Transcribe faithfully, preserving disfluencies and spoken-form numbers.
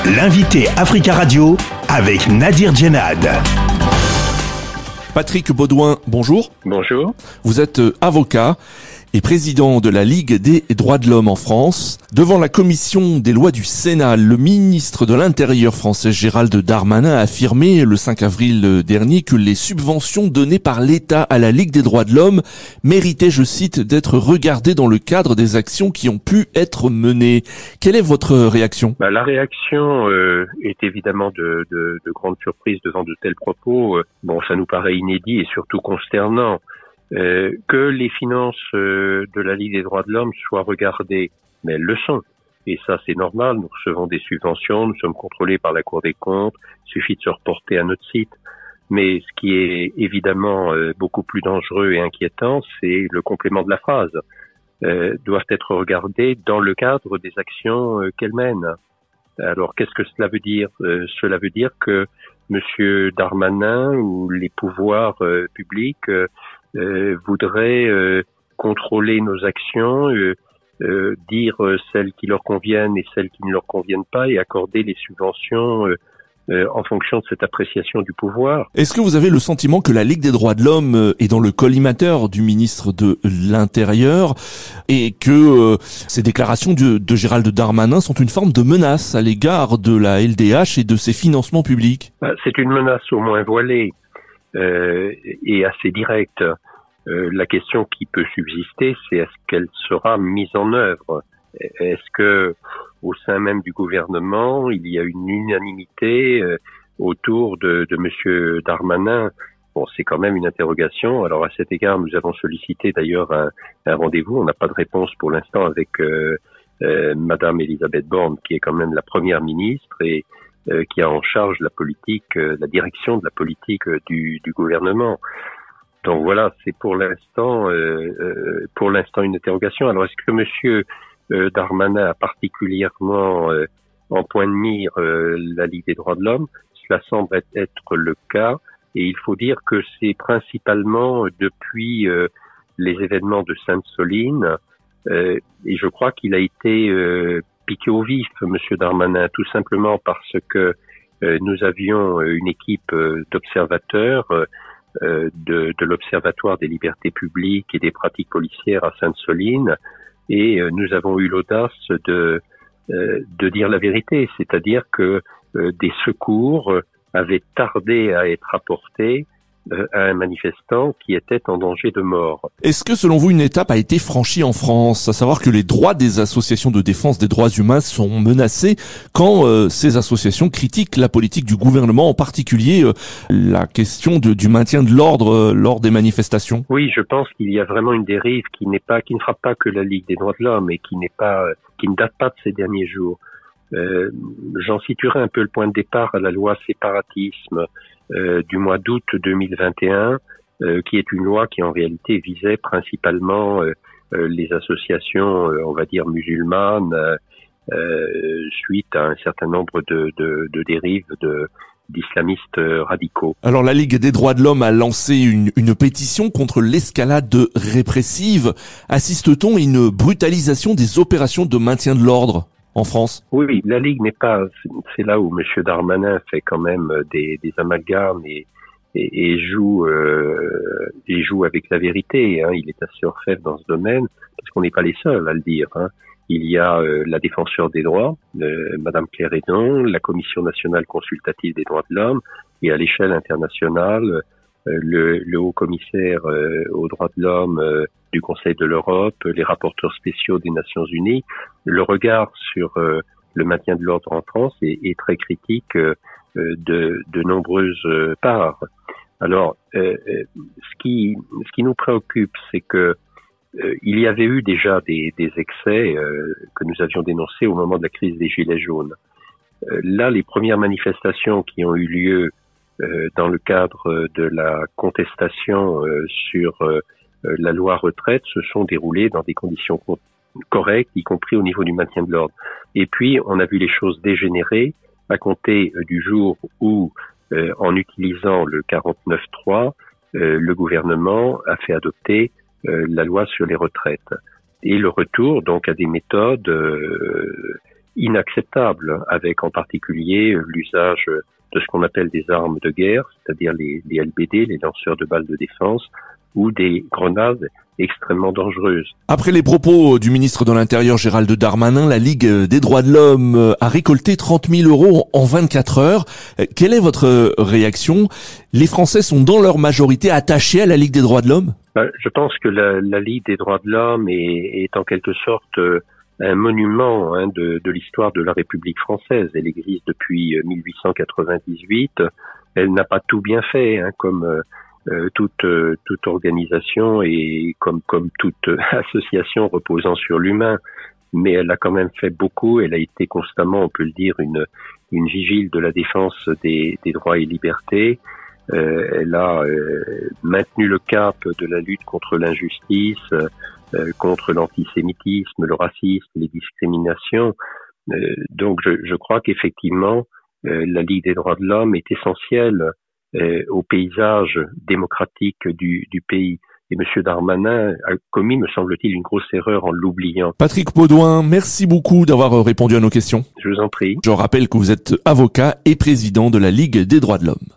L'invité Africa Radio avec Nadir Djenad. Patrick Baudouin, bonjour. Bonjour. Vous êtes avocat et président de la Ligue des droits de l'homme en France. Devant la commission des lois du Sénat, le ministre de l'Intérieur français Gérald Darmanin a affirmé le cinq avril dernier que les subventions données par l'État à la Ligue des droits de l'homme méritaient, je cite, d'être regardées dans le cadre des actions qui ont pu être menées. Quelle est votre réaction ? Bah, la réaction euh, est évidemment de, de, de grande surprise devant de tels propos. Euh, bon, ça nous paraît inédit et surtout consternant. Euh, que les finances euh, de la Ligue des droits de l'homme soient regardées, mais elles le sont. Et ça, c'est normal. Nous recevons des subventions, nous sommes contrôlés par la Cour des comptes. Il suffit de se reporter à notre site. Mais ce qui est évidemment euh, beaucoup plus dangereux et inquiétant, c'est le complément de la phrase. Euh, doivent être regardées dans le cadre des actions euh, qu'elles mènent. Alors, qu'est-ce que cela veut dire ? euh, Cela veut dire que Monsieur Darmanin ou les pouvoirs euh, publics euh, Euh, voudraient euh, contrôler nos actions, euh, euh, dire euh, celles qui leur conviennent et celles qui ne leur conviennent pas et accorder les subventions euh, euh, en fonction de cette appréciation du pouvoir. Est-ce que vous avez le sentiment que la Ligue des droits de l'homme est dans le collimateur du ministre de l'Intérieur et que euh, ces déclarations de, de Gérald Darmanin sont une forme de menace à l'égard de la L D H et de ses financements publics ? Bah, c'est une menace au moins voilée. Euh, et assez directe. Euh, la question qui peut subsister, c'est est-ce qu'elle sera mise en œuvre ? Est-ce que, au sein même du gouvernement, il y a une unanimité euh, autour de, de Monsieur Darmanin ? Bon, c'est quand même une interrogation. Alors, à cet égard, nous avons sollicité d'ailleurs un, un rendez-vous. On n'a pas de réponse pour l'instant avec euh, euh, Madame Elisabeth Borne, qui est quand même la première ministre et Euh, qui a en charge la politique, euh, la direction de la politique euh, du, du gouvernement. Donc voilà, c'est pour l'instant, euh, euh, pour l'instant une interrogation. Alors est-ce que Monsieur euh, Darmanin a particulièrement euh, en point de mire euh, la Ligue des droits de l'homme ? Cela semble être le cas, et il faut dire que c'est principalement depuis euh, les événements de Sainte-Soline, euh, et je crois qu'il a été euh, piqué au vif, Monsieur Darmanin, tout simplement parce que euh, nous avions une équipe euh, d'observateurs euh, de, de l'Observatoire des libertés publiques et des pratiques policières à Sainte-Soline, et euh, nous avons eu l'audace de, euh, de dire la vérité, c'est-à-dire que euh, des secours avaient tardé à être apportés à un manifestant qui était en danger de mort. Est-ce que selon vous une étape a été franchie en France, à savoir que les droits des associations de défense des droits humains sont menacés quand euh, ces associations critiquent la politique du gouvernement, en particulier euh, la question de, du maintien de l'ordre euh, lors des manifestations ? Oui, je pense qu'il y a vraiment une dérive qui n'est pas, qui ne frappe pas que la Ligue des droits de l'homme et qui n'est pas, qui ne date pas de ces derniers jours. Euh, j'en situerai un peu le point de départ à la loi séparatisme euh, du mois d'août deux mille vingt et un, euh, qui est une loi qui en réalité visait principalement euh, euh, les associations, euh, on va dire musulmanes, euh, euh, suite à un certain nombre de, de, de dérives de d'islamistes radicaux. Alors la Ligue des droits de l'homme a lancé une, une pétition contre l'escalade répressive. Assiste-t-on à une brutalisation des opérations de maintien de l'ordre en France ? Oui, oui, la Ligue n'est pas, c'est là où Monsieur Darmanin fait quand même des, des amalgames et, et, et joue, euh, et joue avec la vérité. Hein. Il est assez orfèvre dans ce domaine, parce qu'on n'est pas les seuls à le dire. Hein. Il y a euh, la défenseur des droits, euh, Madame Claire Hédon, la Commission nationale consultative des droits de l'homme, et à l'échelle internationale, euh, le, le haut-commissaire euh, aux droits de l'homme euh, du Conseil de l'Europe, les rapporteurs spéciaux des Nations Unies. Le regard sur euh, le maintien de l'ordre en France est, est très critique euh, de, de nombreuses euh, parts. Alors, euh, ce qui, ce qui nous préoccupe, c'est que euh, il y avait eu déjà des, des excès euh, que nous avions dénoncés au moment de la crise des Gilets jaunes. Euh, là, les premières manifestations qui ont eu lieu euh, dans le cadre de la contestation euh, sur euh, la loi retraite se sont déroulées dans des conditions correctes, y compris au niveau du maintien de l'ordre. Et puis, on a vu les choses dégénérer à compter du jour où, euh, en utilisant le quarante-neuf trois, euh, le gouvernement a fait adopter euh, la loi sur les retraites. Et le retour, donc, à des méthodes euh, inacceptables, avec en particulier l'usage de ce qu'on appelle des armes de guerre, c'est-à-dire les, les L B D, les lanceurs de balles de défense, ou des grenades extrêmement dangereuses. Après les propos du ministre de l'Intérieur Gérald Darmanin, la Ligue des droits de l'homme a récolté trente mille euros en vingt-quatre heures. Quelle est votre réaction? Les Français sont dans leur majorité attachés à la Ligue des droits de l'homme? Je pense que la, la Ligue des droits de l'homme est, est en quelque sorte un monument hein, de, de l'histoire de la République française. Elle existe depuis mille huit cent quatre-vingt-dix-huit. Elle n'a pas tout bien fait, hein, comme euh, toute toute organisation et comme comme toute association reposant sur l'humain. Mais elle a quand même fait beaucoup. Elle a été constamment, on peut le dire, une une vigile de la défense des, des droits et libertés. Euh, elle a euh, maintenu le cap de la lutte contre l'injustice, euh, contre l'antisémitisme, le racisme, les discriminations. Euh, donc je, je crois qu'effectivement, euh, la Ligue des droits de l'homme est essentielle euh, au paysage démocratique du, du pays. Et M. Darmanin a commis, me semble-t-il, une grosse erreur en l'oubliant. Patrick Baudouin, merci beaucoup d'avoir répondu à nos questions. Je vous en prie. Je rappelle que vous êtes avocat et président de la Ligue des droits de l'homme.